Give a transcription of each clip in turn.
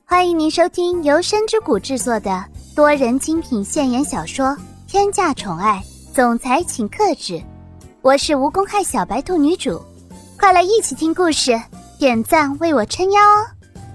欢迎您收听由深之谷制作的多人精品现言小说《天价宠爱总裁请克制》，我是无公害小白兔女主，快来一起听故事，点赞为我撑腰哦。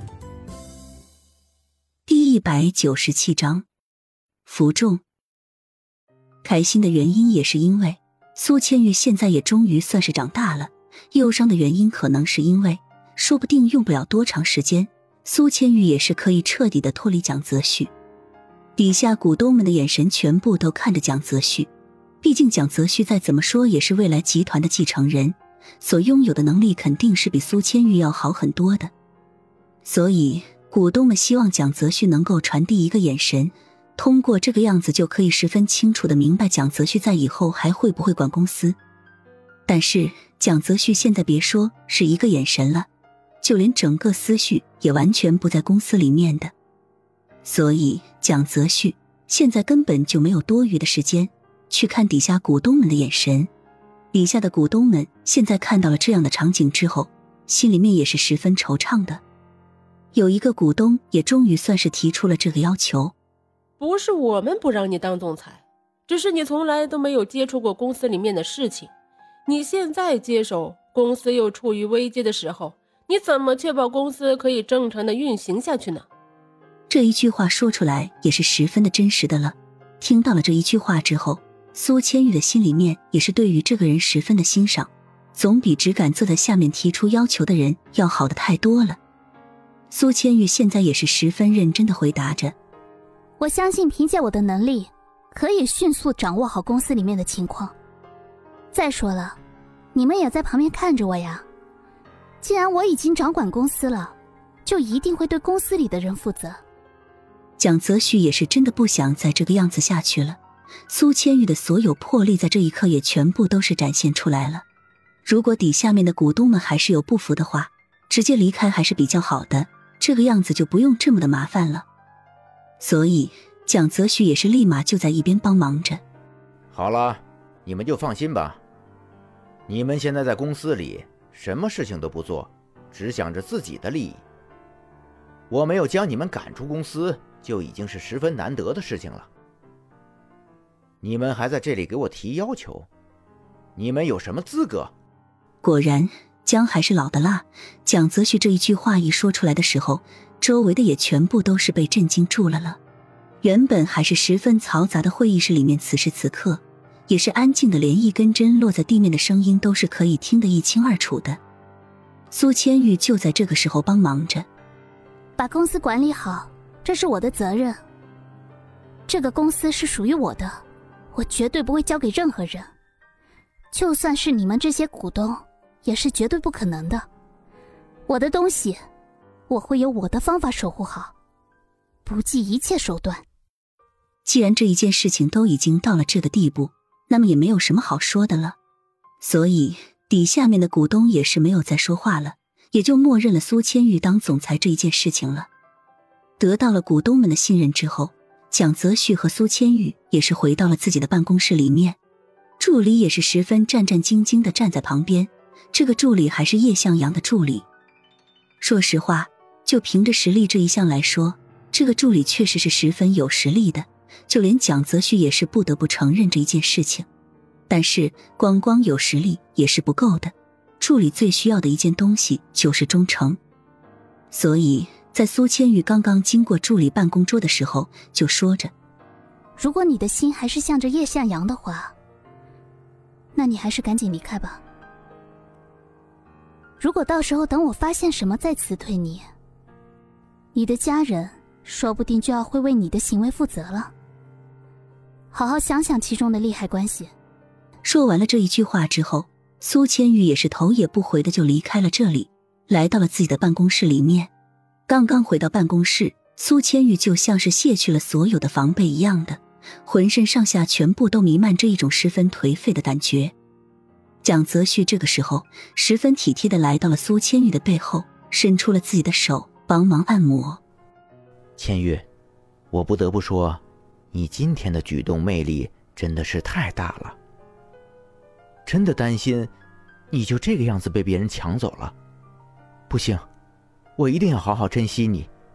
第197章，服众。开心的原因也是因为苏千玉现在也终于算是长大了，忧伤的原因可能是因为说不定用不了多长时间，苏千玉也是可以彻底的脱离蒋泽旭。底下股东们的眼神全部都看着蒋泽旭，毕竟蒋泽旭再怎么说也是未来集团的继承人，所拥有的能力肯定是比苏千玉要好很多的。所以股东们希望蒋泽旭能够传递一个眼神，通过这个样子就可以十分清楚地明白蒋泽旭在以后还会不会管公司。但是蒋泽旭现在别说是一个眼神了，就连整个思绪也完全不在公司里面的。所以蒋泽旭现在根本就没有多余的时间去看底下股东们的眼神。底下的股东们现在看到了这样的场景之后，心里面也是十分惆怅的。有一个股东也终于算是提出了这个要求。 不是我们不让你当总裁，只是你从来都没有接触过公司里面的事情，你现在接手，公司又处于危机的时候，你怎么确保公司可以正常的运行下去呢？ 这一句话说出来也是十分的真实的了。听到了这一句话之后，苏千玉的心里面也是对于这个人十分的欣赏，总比只敢坐在下面提出要求的人要好的太多了。苏千玉现在也是十分认真地回答着， 我相信凭借我的能力可以迅速掌握好公司里面的情况。再说了，你们也在旁边看着我呀，既然我已经掌管公司了，就一定会对公司里的人负责。 蒋泽旭也是真的不想再这个样子下去了，苏千玉的所有魄力在这一刻也全部都是展现出来了。如果底下面的股东们还是有不服的话，直接离开还是比较好的，这个样子就不用这么的麻烦了。所以蒋泽旭也是立马就在一边帮忙着。 好了，你们就放心吧，你们现在在公司里什么事情都不做，只想着自己的利益。我没有将你们赶出公司，就已经是十分难得的事情了。你们还在这里给我提要求，你们有什么资格？ 果然姜还是老的辣，蒋泽旭这一句话一说出来的时候，周围的也全部都是被震惊住了。原本还是十分嘈杂的会议室里面，此时此刻也是安静的，连一根针落在地面的声音都是可以听得一清二楚的。苏千玉就在这个时候帮忙着， 把公司管理好，这是我的责任。这个公司是属于我的，我绝对不会交给任何人，就算是你们这些股东也是绝对不可能的。我的东西我会有我的方法守护好，不计一切手段。 既然这一件事情都已经到了这个地步，那么也没有什么好说的了。所以底下面的股东也是没有再说话了，也就默认了苏千玉当总裁这一件事情了。得到了股东们的信任之后，蒋泽旭和苏千玉也是回到了自己的办公室里面。助理也是十分战战兢兢地站在旁边，这个助理还是叶向阳的助理。说实话，就凭着实力这一项来说，这个助理确实是十分有实力的，就连蒋泽旭也是不得不承认这一件事情。但是光有实力也是不够的，助理最需要的一件东西就是忠诚。所以在苏千玉刚刚经过助理办公桌的时候，就说着， 如果你的心还是向着叶向阳的话，那你还是赶紧离开吧。如果到时候等我发现什么再辞退你，你的家人说不定就要会为你的行为负责了。好好想想其中的利害关系。 说完了这一句话之后，苏千玉也是头也不回的就离开了这里，来到了自己的办公室里面。刚刚回到办公室，苏千玉就像是卸去了所有的防备一样的，浑身上下全部都弥漫着一种十分颓废的感觉。蒋泽旭这个时候十分体贴的来到了苏千玉的背后，伸出了自己的手帮忙按摩。 千玉，我不得不说，你今天的举动魅力真的是太大了，真的担心你就这个样子被别人抢走了。不行，我一定要好好珍惜你，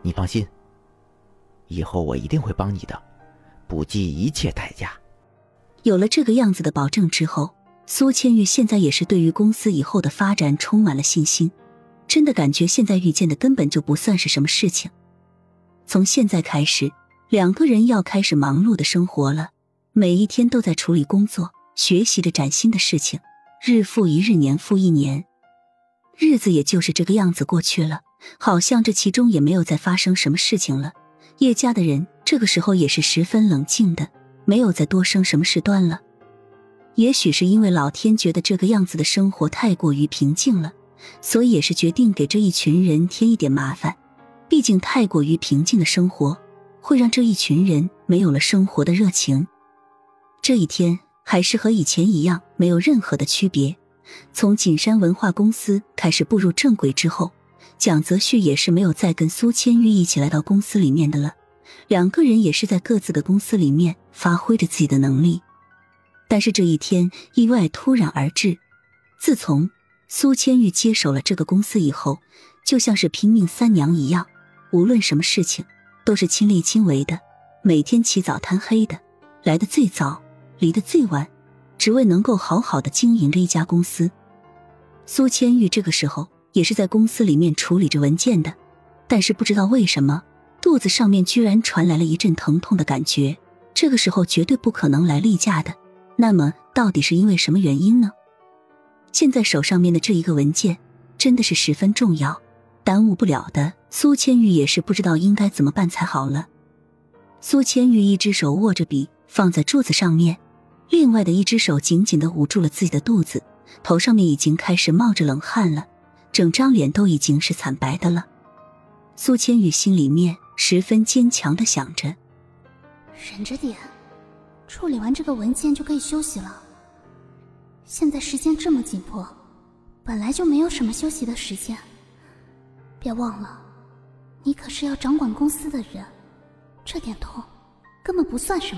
你放心，以后我一定会帮你的，不计一切代价。 有了这个样子的保证之后，苏千玉现在也是对于公司以后的发展充满了信心，真的感觉现在遇见的根本就不算是什么事情。从现在开始，两个人要开始忙碌的生活了，每一天都在处理工作，学习着崭新的事情，日复一日，年复一年，日子也就是这个样子过去了，好像这其中也没有再发生什么事情了。叶家的人这个时候也是十分冷静的，没有再多生什么事端了。也许是因为老天觉得这个样子的生活太过于平静了，所以也是决定给这一群人添一点麻烦。毕竟太过于平静的生活会让这一群人没有了生活的热情。这一天还是和以前一样，没有任何的区别。从锦山文化公司开始步入正轨之后，蒋泽旭也是没有再跟苏千玉一起来到公司里面的了，两个人也是在各自的公司里面发挥着自己的能力。但是这一天意外突然而至，自从苏千玉接手了这个公司以后，就像是拼命三娘一样，无论什么事情都是亲力亲为的，每天起早贪黑的，来得最早，离得最晚，只为能够好好的经营着一家公司。苏千玉这个时候也是在公司里面处理着文件的，但是不知道为什么肚子上面居然传来了一阵疼痛的感觉，这个时候绝对不可能来例假的，那么到底是因为什么原因呢？现在手上面的这一个文件真的是十分重要，耽误不了的，苏千玉也是不知道应该怎么办才好了。苏千玉一只手握着笔放在柱子上面，另外的一只手紧紧地捂住了自己的肚子，头上面已经开始冒着冷汗了，整张脸都已经是惨白的了。苏千玉心里面十分坚强地想着， 忍着点，处理完这个文件就可以休息了。现在时间这么紧迫，本来就没有什么休息的时间。别忘了，你可是要掌管公司的人，这点痛根本不算什么。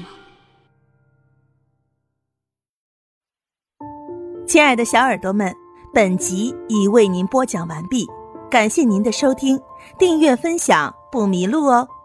亲爱的小耳朵们，本集已为您播讲完毕，感谢您的收听，订阅分享不迷路哦。